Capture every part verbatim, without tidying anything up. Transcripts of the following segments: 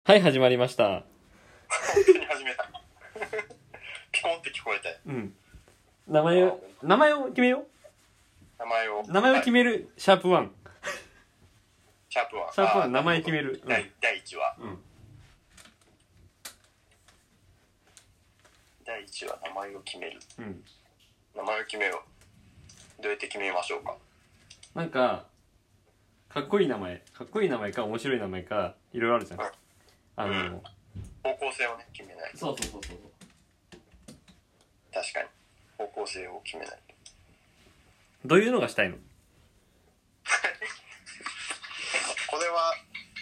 はい、始まりました。 本当に始めた。ピコンって聞こえて。 うん。名前を、名前を決めよう。 名前を。 名前を決める、シャープワン。 シャープワン。 シャープワン、名前決める。 第、第一話。 うん。 第一話、名前を決める。 うん。 名前を決めよう。どうやって決めましょうか。 なんか、かっこいい名前。かっこいい名前か、面白い名前か、いろいろあるじゃん。 うん、 あの、うん、 方向性をね、決めないと。 そうそうそうそう。 確かに。方向性を決めないと。 どういうのがしたいの？ これは、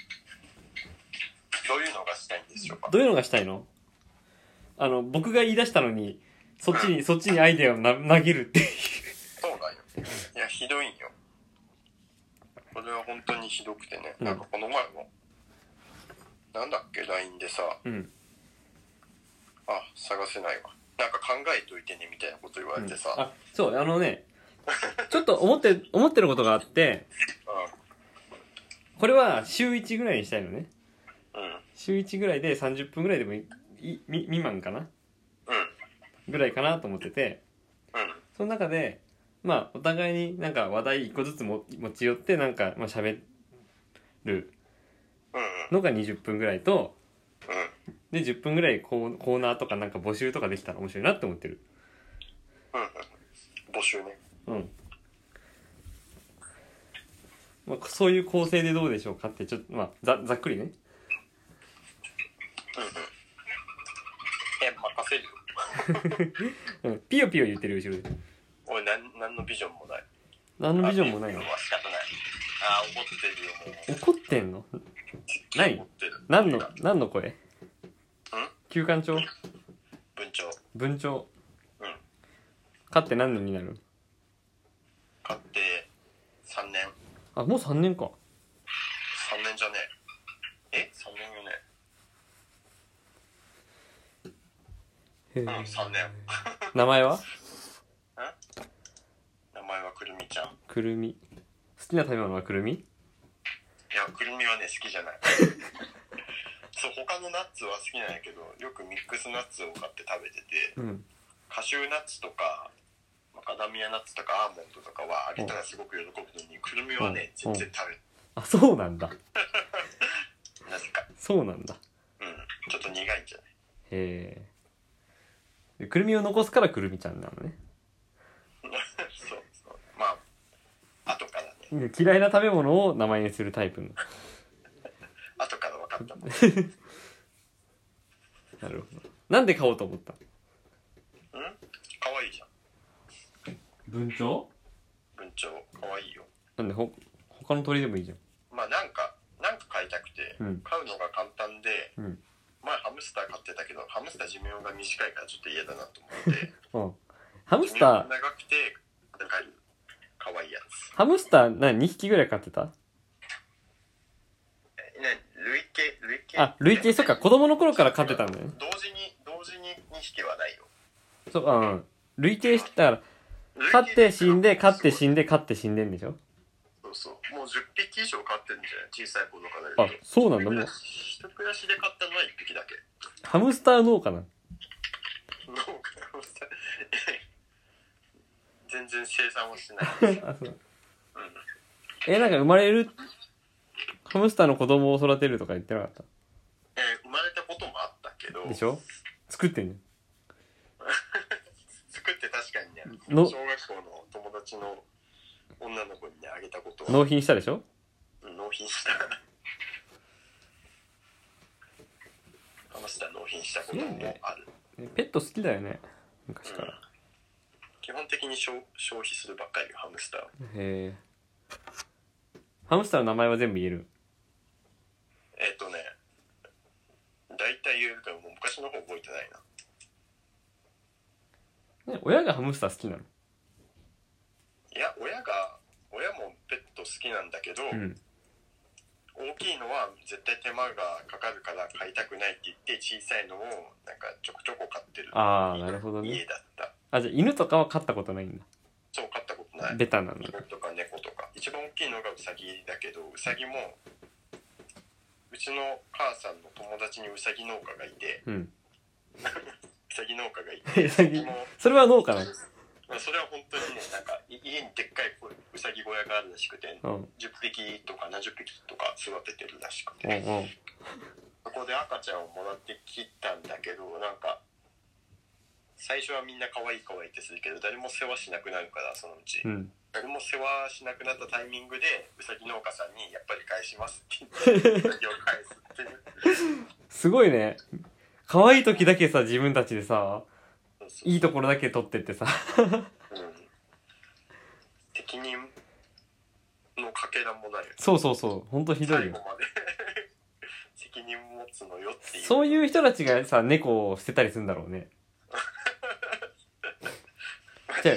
どういうのがしたいんでしょうか。 どういうのがしたいの？あの、僕が言い出したのに、そっちに、うん、そっちにアイデアをな投げるっていう。 そうだよ。いや、ひどいんよ。これは本当にひどくてね。うん、なんかこの前も、なんだっけ ライン でさ、うん、あ、探せないわ。なんか考えといてねみたいなこと言われてさ、 うん、あ、そう、あのねちょっと思って思ってることがあって、うん、これは週いちぐらいにしたいのね。うん、週いちぐらいでさんじゅっぷんぐらいでもいいみ未満かな、うん、ぐらいかなと思ってて、うん、その中でまあお互いになんか話題いっこずつも持ち寄ってなんかまあ喋るのがにじゅっぷんぐらいと、うん、でじゅっぷんぐらいコー、コーナーとかなんか募集とかできたら面白いなって思ってる。 うんうん、募集ね。 うん。まあ、そういう構成でどうでしょうかってちょっとまあ ざ, ざっくりね。うんうん。 え、任せるよ。 うん、ピヨピヨ言ってる後ろで。 俺なん何のビジョンもない。 何のビジョンもないの？ は仕方ない。あー、怒ってるよもう。 怒ってんの？何？何の何の声？ん？旧館長？ 文鳥。 文鳥。うん。勝って何年になる？ 勝ってさんねん。 あ、もうさんねんか。 さんねんじゃねえ。え？さんねんよね。へえ。うん、さんねん。 名前は？ん？ 名前はくるみちゃん。 くるみ。好きな食べ物はくるみ？ いや、くるみはね、好きじゃない。そう、他のナッツは好きなんやけど、よくミックスナッツを買って食べてて、うん、カシューナッツとかマカダミアナッツとかアーモンドとかはあげたらすごく喜ぶのに、くるみはね、全然食べる。 あ、そうなんだ。 なぜか。 そうなんだ。 うん、ちょっと苦いんじゃない。 へえ。くるみを残すからくるみちゃんなのね。 そうそう。まあ後からね。 嫌いな食べ物を名前にするタイプの。 後から分かったもん。 なるほど。なんで買おうと思った？ん？ 可愛いじゃん。 文鳥？ 文鳥可愛いよ。 なんでほ他の鳥でもいいじゃん。まあなんかなんか飼いたくて、うん、飼うのが簡単で、うん、前ハムスター飼ってたけどハムスター寿命が短いからちょっと嫌だなと思って。うん。ハムスター長くて飼える可愛いやつ。 ハムスター何にひきぐらい飼ってた？ 累計累計あ、累計、そっか、子供の頃から飼ってたんだよね。 同時に同時ににひきはないよ。 そう、うん。累計したら飼って死んで飼って死んで飼って死んでんでしょ。 そうそう、もうじゅっぴき以上飼ってるんじゃない、小さい頃から。 あ、そうなんだ。もう一人暮らしで飼ったのはいっぴきだけ。 ハムスター農家な。 農家ハムスター全然生産はしないあ、そう、うん、 え、なんか生まれるハムスターの子供を育てるとか言ってなかった？ えー、生まれたこともあったけど。 でしょ？作ってんねん。 作って確かにね、小学校の友達の女の子にねあげたことは。 納品したでしょ？ うん、納品した。ハムスター納品したこともある。 ね、ペット好きだよね、昔から。うん、 基本的に消費するばっかりよ、ハムスター。 へえ。ハムスターの名前は全部言える？ えっとね、大体言えるけど、もう昔の方覚えてないな。ね、親がハムスター好きなの？ いや、親が、親もペット好きなんだけど、うん、大きいのは絶対手間がかかるから飼いたくないって言って、小さいのをなんかちょこちょこ飼ってる。 ああ、なるほどね。 家だった。 あ、じゃあ犬とかは飼ったことないんだ。 そう、飼ったことない。 ベタなの。 犬とか猫とか。一番大きいのがウサギだけど、ウサギもうちの母さんの友達にうさぎ農家がいて、うん、うさぎ農家がいてそれは農家なの？ それは本当にね、なんか家にでっかいうさぎ小屋があるらしくて、うん、じゅっぴきとか何十匹とか育ててるらしくて、うんうん、そこで赤ちゃんをもらってきたんだけど、なんか最初はみんな可愛い可愛いってするけど誰も世話しなくなるからそのうち、うん、誰も世話しなくなったタイミングでうさぎ農家さんにやっぱり返しますって言ってうさぎを返すっていうすごいね。可愛い時だけさ自分たちでさいいところだけ取ってってさ、うん、 責任のかけらもない。 そうそうそう、ほんとひどいよ。 最後まで責任持つのよっていう。 そういう人たちがさ猫を捨てたりするんだろうね。じゃあ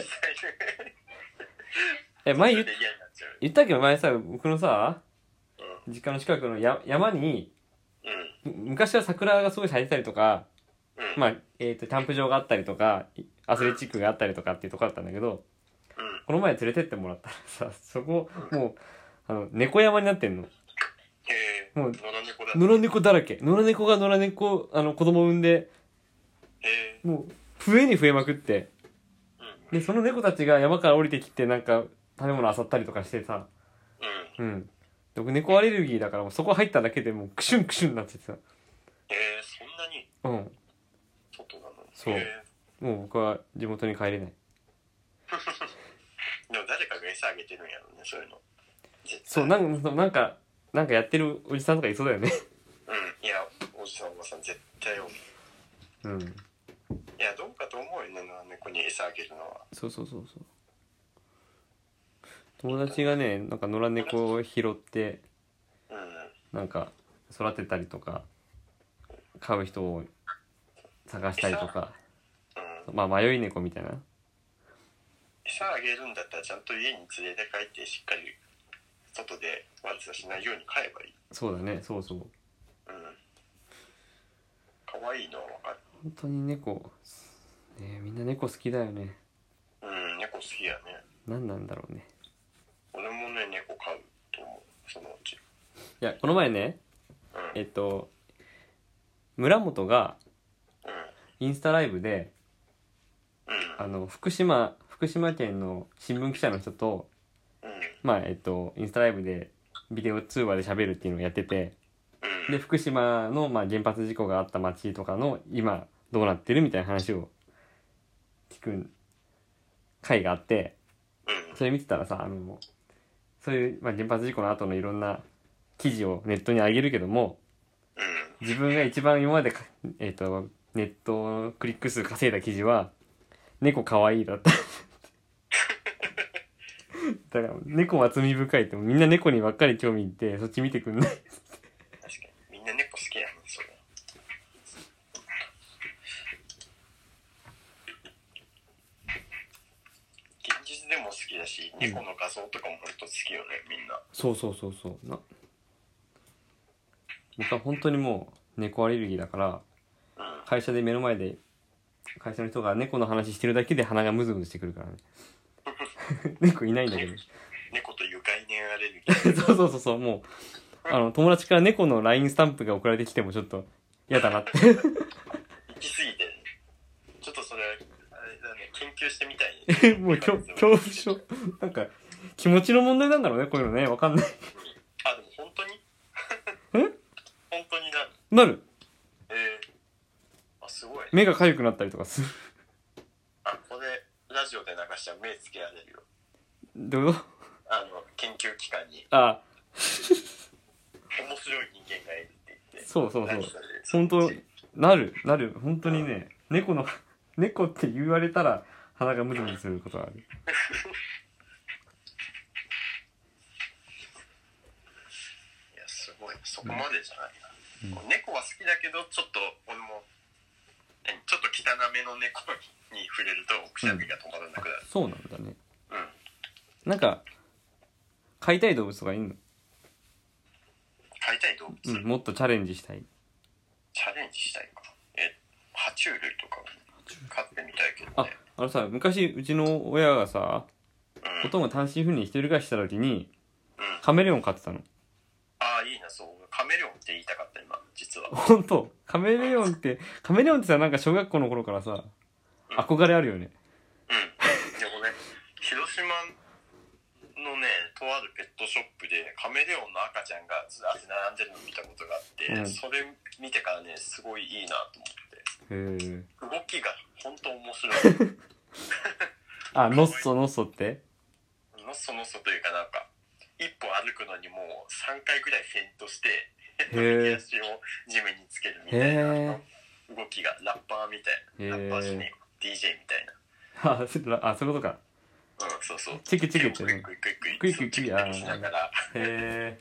え前言っ言ったけど前さ僕のさ、うん、実家の近くのや山に、うん、昔は桜がすごい咲いてたりとか、うん、まあえっとキャンプ場があったりとかアスレチックがあったりとかっていうとこだったんだけど、うん、この前連れてってもらったらさそこもうあの猫山になってんの。 へー、もう野良猫だらけ。野良猫が野良猫あの子供産んで、 へーもう増えに増えまくって、でその猫たちが山から降りてきてなんか食べ物漁ったりとかしてさ、うん、うん、僕猫アレルギーだからもうそこ入っただけでもうクシュンクシュンになっててさ。 えー、そんなに？うん。外なの？ そう。もう僕は地元に帰れない。でも誰かが餌あげてるんやろうね、そういうの。 そう、なんかなんかなんかやってるおじさんとかいそうだよね。 うん、いやおじさんおばさん絶対多い。うん。いやどうかと思うよね、猫に餌あげるのは。 そうそうそうそう。友達がねなんか野良猫を拾って、うん、なんか育てたりとか飼う人を探したりとか、うん、まあ迷い猫みたいな。 餌あげるんだったらちゃんと家に連れて帰ってしっかり外で悪さしないように飼えばいい。 そうだね、そうそう。うん。 可愛いのはわかる。 本当に猫ね、みんな猫好きだよね。 うん、猫好きやね。 何なんだろうね。 俺もね猫飼うと思う、そのうち。いやこの前ね、うん、えっと村本がインスタライブで、うん、あの福島福島県の新聞記者の人と、うん、まあえっとインスタライブでビデオ通話で喋るっていうのをやってて、うん、で福島の、まあ、原発事故があった町とかの今どうなってるみたいな話を聞く回があって、それ見てたらさ、あのそういう、まあ、原発事故の後のいろんな記事をネットに上げるけども、自分が一番今まで、えーと、ネットクリック数稼いだ記事は猫かわいいだっただから猫は罪深いってみんな猫にばっかり興味いってそっち見てくんない。確かにみんな猫好きやね、それ。現実でも好きだし、猫の画像とかも本当好きよね、みんな。 そうそうそうそうな。僕は本当にもう猫アレルギーだから、うん、会社で目の前で会社の人が猫の話してるだけで鼻がムズムズしてくるからね猫いないんだけど猫という概念アレルギーそうそうそうそう、もうあの友達から猫の ライン スタンプが送られてきてもちょっと嫌だなって行き過ぎてちょっとそれあれだね、研究してみたい、ね、 もう恐怖症なんか気持ちの問題なんだろうね、こういうのね、わかんないあ、でも本当にえ本当になるなる。 えー、あ、すごい、ね、 目が痒くなったりとかする。 あ、これラジオで流しちゃ目つけられるよ。 どういうこと？ あの研究機関に。 あ面白い人間がいるって言って。 そうそうそう。本当なるなる本当にね、うん、猫の猫って言われたら鼻がムズムズすることがある。いやすごい、そこまでじゃないな。うん、猫は好きだけどちょっと俺もちょっと汚めの猫に触れるとくしゃみが止まらなくなる、 うん、そうなんだね。うん。なんか飼いたい動物とかいるの？ 飼いたい動物、 うん、もっとチャレンジしたい。 チャレンジしたいか。え、爬虫類とか飼ってみたいけどね。 あ、あのさ、昔うちの親がさ、ほとんど単身赴任一人暮らしした時に、うん、カメレオン飼ってたの。 ああ、いいな、そう。カメレオンって言いたかった今実は。 本当？カメレオンってカメレオンってさ、なんか小学校の頃からさ、うん、憧れあるよね。 うん。でもね、広島のね、とあるペットショップでカメレオンの赤ちゃんがずらって並んでるのを見たことがあって、うん、それ見てからね、すごいいいなと思って。へえ。動きが本当面白い。 あ、ノッソノッソって？ ノッソノッソというかなんか一歩歩くのにもうさんかいぐらいフェイントして右足を地面につけるみたいな動きがラッパーみたいな、ラッパーしねえ ディージェー みたいな。 あ、そういうことか。 うん、そうそう。 チクチクってね。クイクイクイクイクイクイクイしながら。 へえ。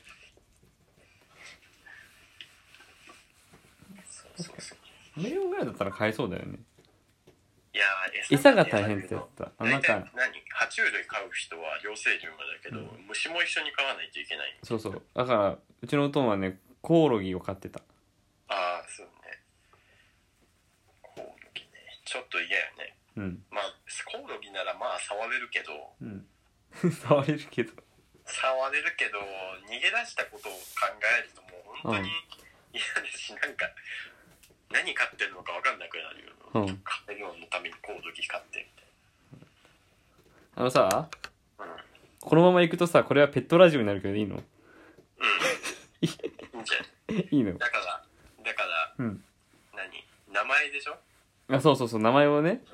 そうそうそう。 カメレオンぐらいだったら買えそうだよね。 いやー、 餌が大変ってやった。 あ、なんか何？爬虫類飼う人は両生類までだけど、うん、虫も一緒に飼わないといけない。 そうそう。だからうちのおとんはね、コオロギを飼ってた。 ああ、そうね。コオロギね。ちょっと嫌よね。うん。まあコオロギならまあ触れるけど。うん。 触れるけど。 触れるけど逃げ出したことを考えるともう本当に嫌だし、うん、なんか。何飼ってるのか分かんなくなるよ、うん、カメレオンのためにコオロギ飼ってみたいな。 あのさ、うん、このまま行くとさ、これはペットラジオになるけどいいの？うんいいんじゃん。いいの？ だからだから、うん、何？名前でしょ？ あ、そうそうそう、名前をね。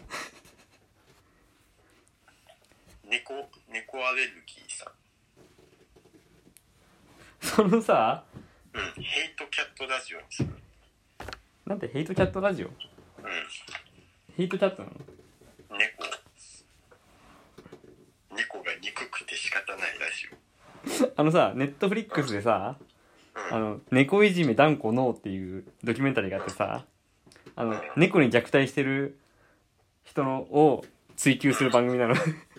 猫猫アレルギーさん。そのさ、 うん、ヘイトキャットラジオにする。 なんでヘイトキャットラジオ？うん。ヘイトキャットなの？ 猫。猫が憎くて仕方ないラジオ。 あのさ、ネットフリックスでさ、うん、あの猫いじめ断固ノーっていうドキュメンタリーがあってさ、あの、うん、猫に虐待してる人のを追求する番組なの。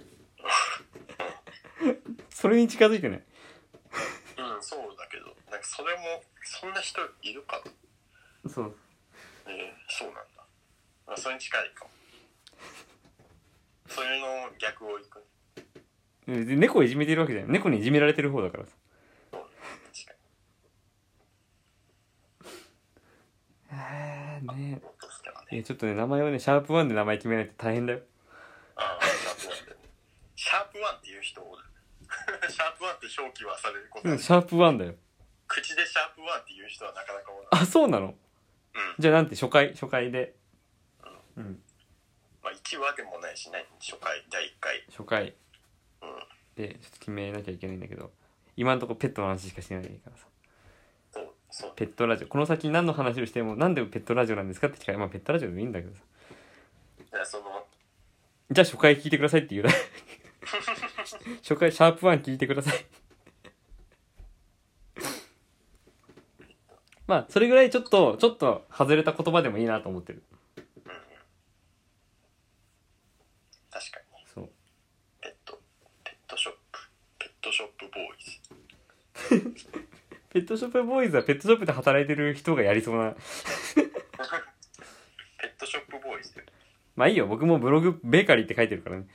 それに近づいてない？ うん、そうだけど、なんかそれもそんな人いるかな。 そう。 えー、そうなんだ。まあ、それに近いかも。それの逆をいく。 猫をいじめてるわけじゃない。猫にいじめられてる方だからさ。そう確かに。えーねえ。ちょっとね、名前をね、シャープワンで名前決めないと大変だよ。 ああ、シャープワンで。シャープワンっていう人おる。シャープワンって表記はされることある。 うん、シャープワンだよ。 口でシャープワンっていう人はなかなかおる。 あ、そうなの？ うん、 じゃあなんて初回初回で、 うん、うん、まあいちわでもないしね、初回だいいっかい初回、 うん、 でちょっと決めなきゃいけないんだけど、今のところペットの話しかしてないからさ。 そうそう。 ペットラジオ、この先何の話をしてもなんでペットラジオなんですかって聞かれ、まあペットラジオでもいいんだけどさ。 じゃあそのじゃあ初回聞いてくださいって言うな。初回シャープワン聞いてください。まあそれぐらいちょっとちょっと外れた言葉でもいいなと思ってる。うん、 確かに。 そう。 ペットペットショップペットショップボーイズ。 ペットショップボーイズはペットショップで働いてる人がやりそうな。 ペットショップボーイズ。 まあいいよ、僕もブログベーカリーって書いてるからね。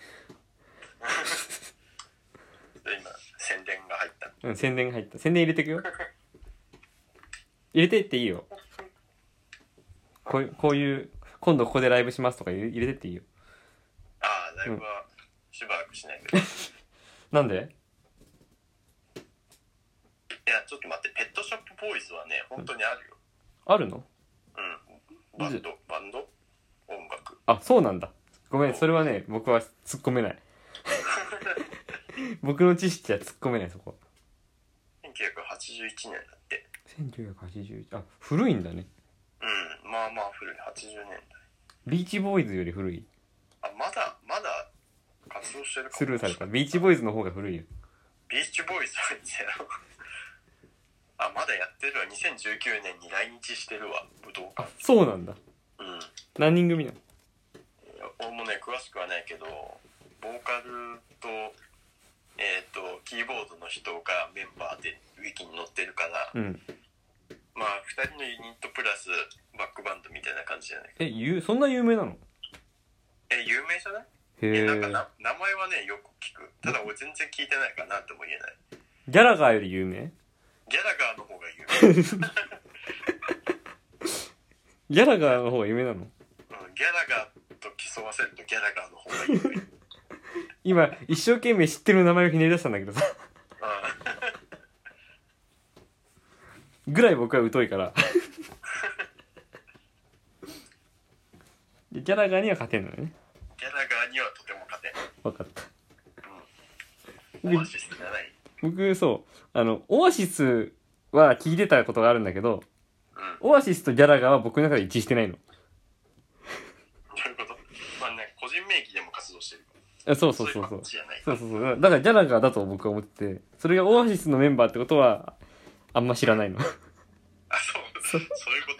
今宣伝が入った。 うん、宣伝が入った。宣伝入れてくよ。入れてっていいよ。こういう、こういう今度ここでライブしますとか入れてっていいよ。 ああ、ライブはしばらくしないけど、うん、 なんで？ いやちょっと待って、ペットショップボーイズはね本当にあるよ。 あるの？ うん。バンドバンド音楽。 あ、そうなんだ。ごめん、それはね僕は突っ込めない。僕の知識は突っ込めない。そこせんきゅうひゃくはちじゅういちねんだって。 せんきゅうひゃくはちじゅういち、あ、古いんだね。 うん、まあまあ古い。はちじゅうねんだい。 ビーチボーイズより古い。 あ、まだまだ活動してるかも。 スルーされた。ビーチボーイズの方が古いよ。 ビーチボーイズはねあ、まだやってるわ。にせんじゅうきゅうねんに来日してるわ、武道館。 あ、そうなんだ。 うん。 何人組なの？ いや、俺もね詳しくはないけど、ボーカルとえっとキーボードの人がメンバーでウィキに載ってるから、うん、まあふたりのユニットプラスバックバンドみたいな感じじゃないか。 え、ゆそんな有名なの？ え、有名じゃない？へえ。なんかな名前はねよく聞く。ただ俺全然聞いてないからなんとも言えない。 ギャラガーより有名？ ギギャラガーの方が有名ギャラガーの方が有名なの？うん、 ギャラガーと競わせるとギャラガーの方が有名今一生懸命知ってる名前をひねり出したんだけどさぐらい僕は疎いからギャラガーには勝てんのよね。 ギャラガーにはとても勝てん。 分かった、 うん、オアシスじゃない。 僕そうあのオアシスは聞いてたことがあるんだけど、うん、オアシスとギャラガーは僕の中で一致してないの。 どういうこと？まあね、個人名義でも活動してる。 あ、そうそうそうそうそうそうそう、だからギャラガーだと僕は思ってて、それがオアシスのメンバーってことはあんま知らないの。 あ、そうそうそういうこと。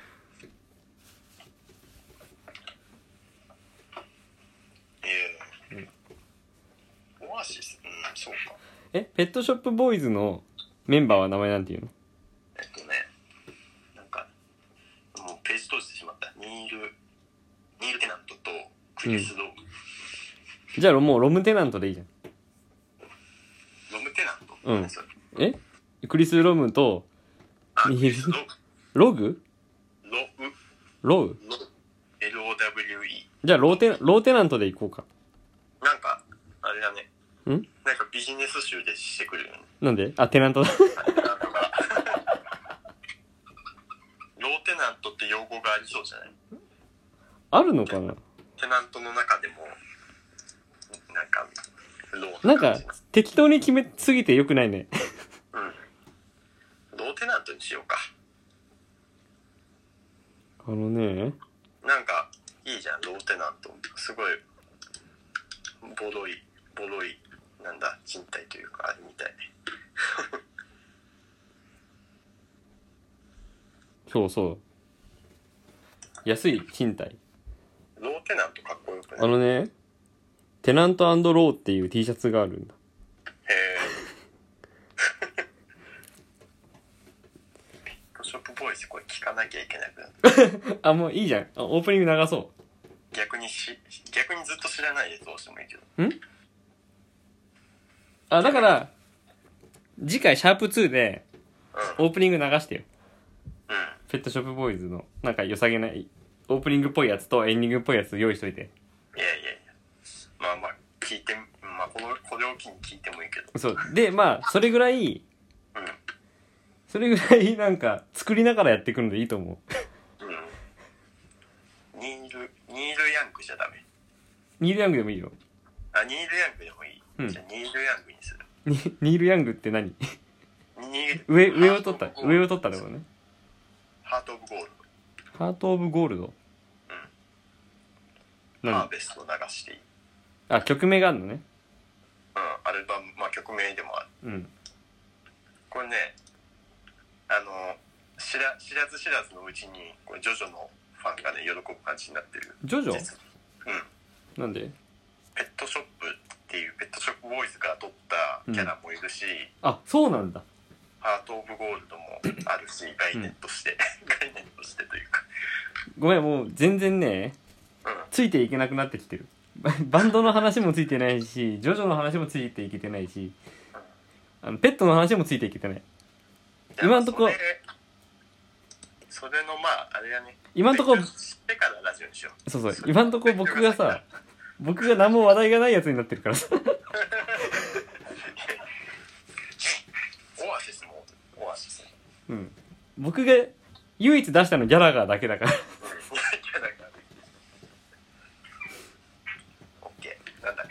えーうん、オアシス、うん、そうか。 え、ペットショップボーイズのメンバーは名前なんていうの？ えっとね、なんかもうページ閉じてしまった。ニールニールテナントとクリス・ロム、 うん、じゃあもうロムテナントでいいじゃん。 ロムテナント？ うん。え？クリス・ロムとニールログ？ ロウロウエルオーダブリューイー。 じゃあローテローテナントでいこうか。 なんかあれだね。 ん？ なんかビジネス集でしてくるよね。 なんで？あ、テナントだ。 テナントがローテナントって用語がありそうじゃない？ あるのかな？ テナントの中でもなんかローなんか適当に決めすぎてよくないね。 うん。ローテナントにしようか。 あのね。 なんかいいじゃん、ローテナント。すごいボロいボロいなんだ賃貸というかあれみたいね。 そうそう。安い賃貸。 ローテナントかっこよくない？ あのね、テナント&ローっていう T シャツがあるんだ。 へえ。ペットショップボーイズこれ聞かなきゃいけなくなる。 あ、もういいじゃん。オープニング流そう。 逆にし逆にずっと知らないでどうしてもいいけど。ん？あ、だから次回シャープツーでオープニング流してよ。うん。ペットショップボーイズのなんか良さげないオープニングっぽいやつとエンディングっぽいやつ用意しといて。 いやいやいや。まあまあ聞いて、まあこのこれを機に聞いてもいいけど。 そうで、まあそれぐらい、うん、それぐらいなんか作りながらやっていくのでいいと思う。 うん。ニールニールヤングじゃダメ。 ニールヤングでもいいよ。 あ、ニールヤングでもいい。うん、じゃあニールヤングにする。 ニ, ニールヤングって何？上上を取った上を取ったってことね。 ハートオブゴールド。 ハートオブゴールド。 うん。ハーベスト流していい。 あ、曲名があるのね。 うん、アルバム、まあ曲名でもある。 うん。これね、あの知ら知らず知らずのうちにこれジョジョのファンがね喜ぶ感じになってる。 ジョジョ？ うん。 なんで？ ペットショップっていうペットショップボーイズが撮ったキャラもいるし、 うん、あ、そうなんだ。 ハートオブゴールドもあるし、概念として、うん、概念としてというか。 ごめん、もう全然ね、うん、ついていけなくなってきてる。バンドの話もついてないし、ジョジョの話もついていけてないし、うん、あのペットの話もついていけてない。今んとこそれのまああれがね、 今んとこ知ってからラジオにしよう。 そうそう、今んとこ僕がさ、僕が何も話題がないやつになってるからさ。 オアシスもオアシス。 うん。僕が唯一出したのギャラガーだけだから。ギャラガー。 オッケー。なんだっけ。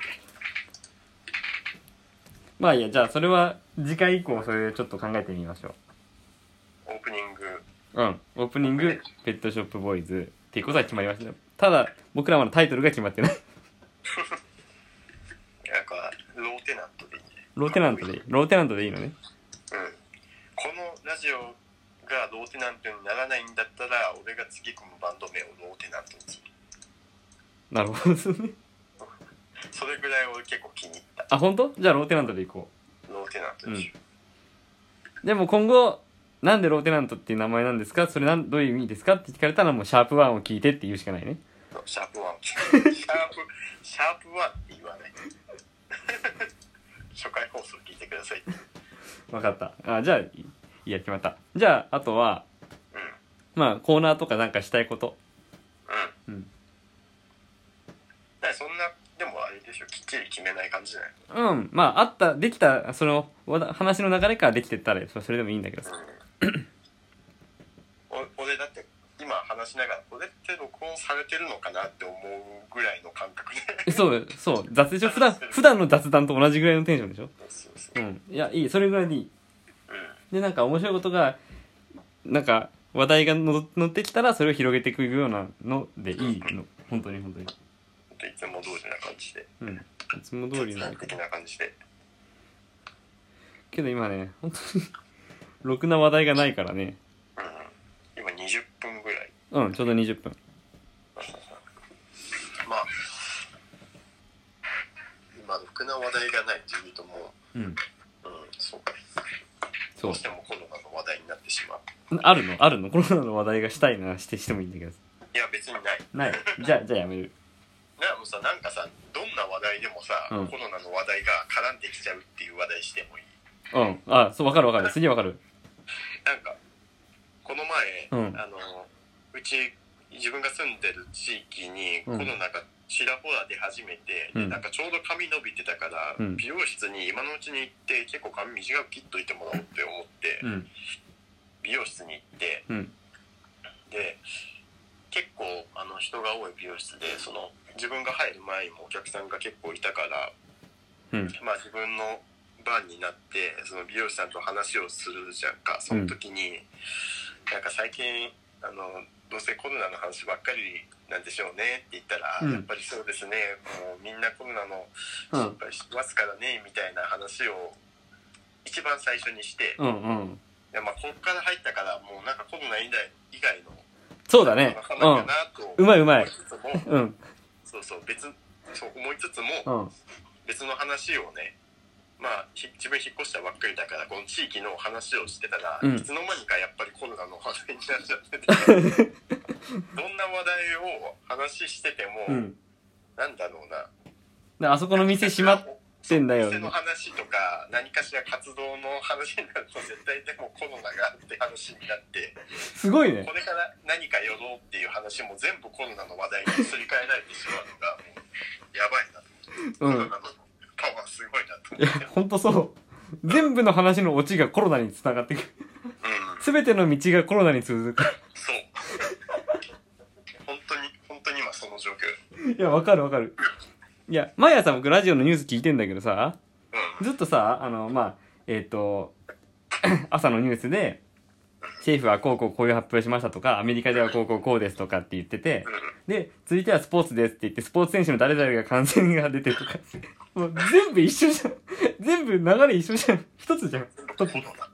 まあいいや、じゃあそれは次回以降それでちょっと考えてみましょう。 オープニング。 うん。オープニングペットショップボーイズっていうことは決まりました。ただ僕らまだタイトルが決まってない。 なんかローテナントでいいね。 ローテナントでいい。ローテナントでいいのね。 うん。このラジオがローテナントにならないんだったら、俺が次組むバンド名をローテナントにする。 なるほどね。 それぐらい俺結構気に入った。 あ、本当？じゃあローテナントでいこう。ローテナントでしょ。 うん、でも今後なんでローテナントっていう名前なんですか？それなんどういう意味ですかって聞かれたらもうシャープワンを聞いてって言うしかないね。 シャープワン。シャープシャープワンって言わない。初回放送聞いてください。 分かった。あ、じゃあいいや、決まった。じゃああとは、うん、まあコーナーとかなんかしたいこと。うん、うん、 だからそんなでもあれでしょ、きっちり決めない感じじゃない？ うん、まああったできたその話の流れからできてったらそれでもいいんだけどさ、うん、 俺だって今話しながらこれって録音されてるのかなって思うぐらいの感覚でそうそう雑でしょ。普段普段の雑談と同じぐらいのテンションでしょ。そうそうそう、うん、いやいい、それぐらいでいい、うん、でなんか面白いことがなんか話題がの乗ってきたらそれを広げていくようなのでいいの、本当に本当にいつも通りな感じで、 うん、いつも通りな的な感じで。 けど今ね本当にろくな話題がないからね、 うん、今にじゅっぷんぐらい、 うん、ちょうどにじゅっぷんまあ今ろくな話題がないっていうともう、うん、うん、そうか、どうしてもコロナの話題になってしまう。 あるのあるのコロナの話題がしたいなしてしてもいいんだけど。 いや別にないないじゃあじゃあやめる。 なもうさ、なんかさ、どんな話題でもさ、うん、コロナの話題が絡んできちゃうっていう話題してもいい？ うん、あ、そう、わかるわかる、すげえわかる。 なんかこの前、うん、あのうち自分が住んでる地域にコロナがちらほら出始めて、うん、なんかちょうど髪伸びてたから、うん、美容室に今のうちに行って結構髪短く切っといてもらおうって思って、うん、美容室に行って、うん、で結構あの人が多い美容室でその自分が入る前にもお客さんが結構いたから、うん、まあ自分の番になってその美容師さんと話をするじゃんか。その時に、うん、なんか最近あのどうせコロナの話ばっかりなんでしょうねって言ったら、うん、やっぱりそうですね、もうみんなコロナの心配してますからね、うん、みたいな話を一番最初にして、うんうん、いやまあここから入ったからもうなんかコロナ以外以外のそうだね、 話かなとうまいうまい、 うん、そうそう別そう思いつつも、うん、別の話をね、まあ自分引っ越したばっかりだからこの地域の話をしてたら、うん、いつの間にかやっぱりコロナの話題になっちゃっててどんな話題を話してても、うん、なんだろうな、 あそこの店閉まってんだよ、 店の話とか何かしら活動の話になると絶対でもコロナがあって話になってすごいね、 これから何かやろうっていう話も全部コロナの話題にすり替えられてしまうのがもうやばいなと思って、うん、コロナのパワーすごいなと思って。いやほんとそう、全部の話のオチがコロナにつながってくる、うん、全ての道がコロナに続く。 そう本当に本当に今その状況。 いやわかるわかる。いや毎朝僕ラジオのニュース聞いてんだけどさ、うん、ずっとさあのまあえっ、ー、と朝のニュースで政府はこうこうこういう発表しましたとか、アメリカではこうこうこうですとかって言ってて、で続いてはスポーツですって言ってスポーツ選手の誰々が感染が出てとかもう全部一緒じゃん全部流れ一緒じゃん、一つじゃんトピック。 本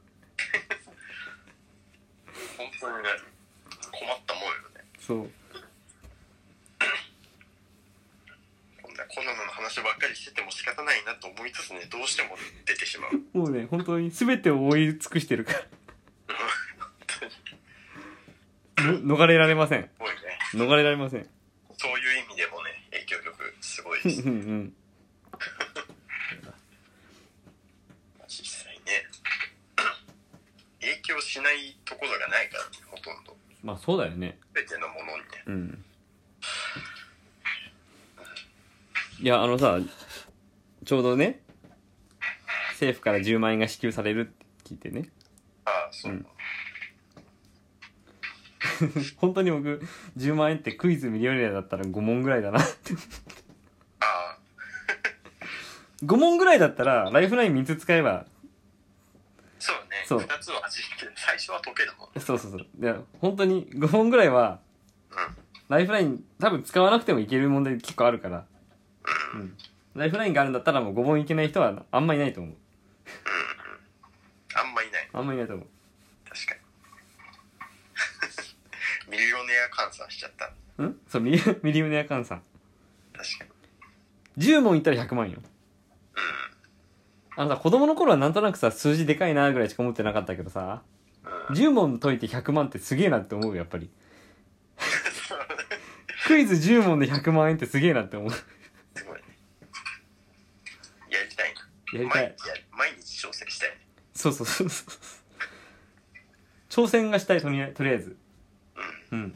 当にね困ったもんよね。 そうコロナの話ばっかりしてても仕方ないなと思いつつね、どうしても出てしまう。 もうね本当に全てを覆い尽くしてるから逃れられません。すごいね。逃れられません。 そういう意味でもね影響力すごいです。うんうん。実際ね影響しないところがないからね、ほとんど。 まあそうだよね。 全てのものにね。うん。 いやあのさちょうどね政府からじゅうまんえんが支給されるって聞いてね。 ああそう。うん本当に僕じゅうまんえんってクイズミリオネアだったらごもんぐらいだなってああごもんぐらいだったらライフラインみっつ使えばそうね、そうふたつは味最初は解けるもん、ね、 そうそうそう。いや本当にごもんぐらいは、うん、ライフライン多分使わなくてもいける問題結構あるから、うん、うん、ライフラインがあるんだったらもうごもんいけない人はあんまいないと思う、うん、 あんまいないあんまいないと思う。 確かにミリオネア換算しちゃった。 ん？そうミリ、ミリオネア換算。 確かに。 じゅうもんいったらひゃくまんよ。うん。あのさ、子供の頃はなんとなくさ、数字でかいなぐらいしか思ってなかったけどさ、うん、じゅうもん解いてひゃくまんってすげえなって思うよ、やっぱり。クイズじゅうもんでひゃくまんえんってすげえなって思う。すごいね。 やりたいな。 やりたい。 毎日挑戦したいね。 そうそうそうそう挑戦がしたいとりあとりあえずうん、うん、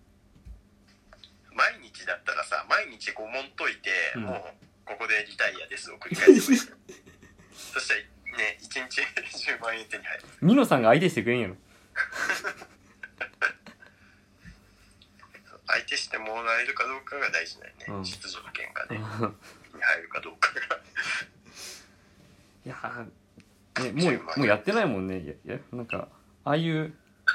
毎日だったらさ毎日ご問解いて、うん、もうここでリタイアですを繰り返してそしたらねいちにちじゅうまんえん手に入る。 ミノさんが相手してくれんやろ相手してもらえるかどうかが大事だよね、うん、出場権がねに入るかどうかがいやね、もう、もうやってないもんね。いや、なんか、ああいう、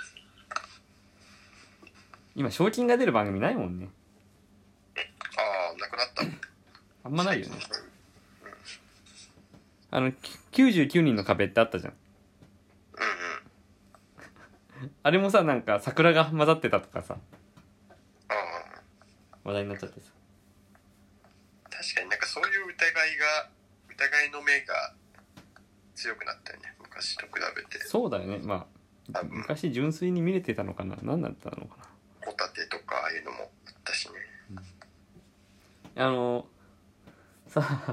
今、賞金が出る番組ないもんね。 ああ、なくなった。 あんまないよね。あの、きゅうじゅうきゅうにんの壁ってあったじゃん。うんうん。あれもさ、なんか、桜が混ざってたとかさ、話題になっちゃってさ。 確かになんかそういう疑いが、疑いの目が、強くなったよね昔と比べて。 そうだよね。まあ昔純粋に見れてたのかな、何だったのかな。 ホタテとかああいうのもあったしね、 うん、あのさあ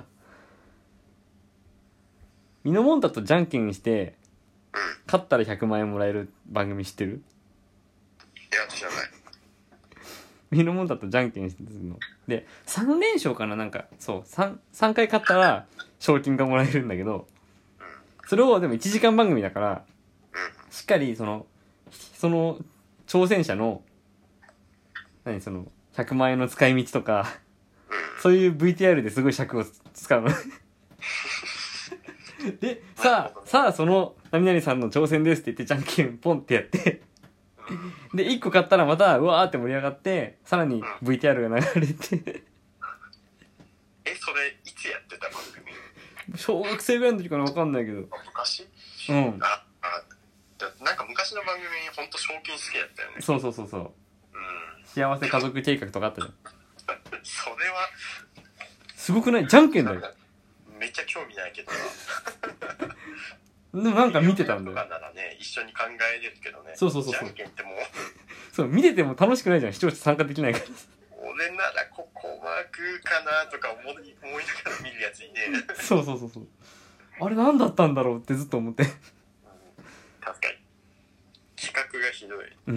ミノモンタとじゃんけんして、うん、勝ったらひゃくまんえんもらえる番組知ってる？ いや知らない。 ミノモンタとじゃんけんしてるのでさん連勝かな、なんかそう 3, 3回勝ったら賞金がもらえるんだけど、それをでもいちじかん番組だからしっかりそのその挑戦者の何そのひゃくまんえんの使い道とかそういう ブイティーアール ですごい尺を使うのでさあさあその何々さんの挑戦ですって言ってじゃんけんポンってやってでいっこ買ったらまたうわーって盛り上がってさらに ブイティーアール が流れてえそれいつやってた番組？ 小学生ぐらいの時かな、分かんないけど。 昔？ うん。 あ、あ、なんか昔の番組ほんと賞金好きだったよね。 そうそうそうそう。うん。幸せ家族計画とかあったじゃん。 それはすごくない？じゃんけんだよ。 めっちゃ興味ないけどな。でもなんか見てたんだよ。 とかならね、一緒に考えれるけどね。 そうそうそうそう。 じゃんけんってもうそう見てても楽しくないじゃん。視聴者参加できないから。 俺ならここはグーかなとか思い、思いながら見るやついね。 そうそうそうそう。あれ何だったんだろうってずっと思って。うん、 確かに。企画がひどい。 うん。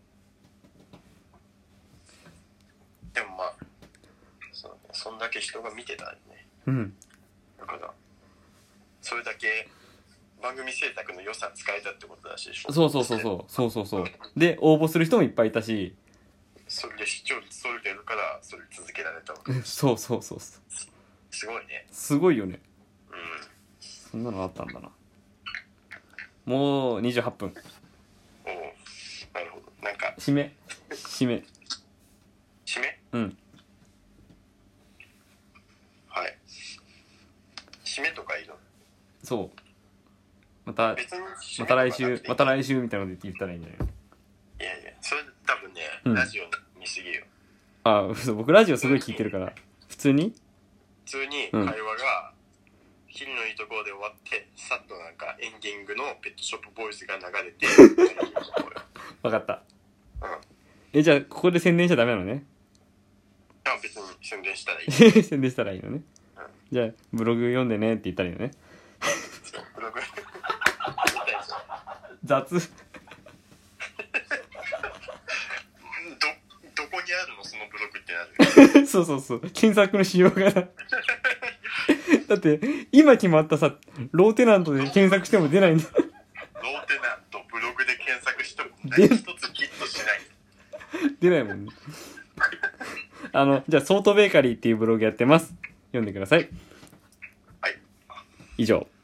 でもまあ、そうね、そんだけ人が見てたんね。 うん。 だから、それだけ番組制作の予算使えたってことだし。 そうそうそうそう。そうそうそう。で、応募する人もいっぱいいたし。 それで視聴率それてるからそれ続けられたわけそうそうそうそう。 すごいね。 すごいよね。 うん。 そんなのあったんだな。もうにじゅうはっぷん。 おお、なるほど。なんか締め締め締め？ うん。 はい。締めとかいいの？ そう。またまた来週また来週みたいなので言ったらいいんじゃないの？ いやいや、それ多分ね、うん、ラジオ見すぎよ。 ああ、僕ラジオすごい聞いてるから。普通に普通に会話が、昼、うん、のいいところで終わってさっとなんかエンディングのペットショップボーイズが流れて分かった、 うん、 え、じゃあここで宣伝しちゃダメなのね。 あ、別に宣伝したらいい宣伝したらいいのね、うん、じゃあブログ読んでねって言ったらいいのね。 ブログ雑どどこにあるのそのブログってなるそうそうそう、検索のしようがないだって今決まったさローテナントで検索しても出ないんだ。 ローテナントブログで検索しても何一つヒットしない出ないもんねあのじゃあソートベーカリーっていうブログやってます、読んでください。 はい、 以上。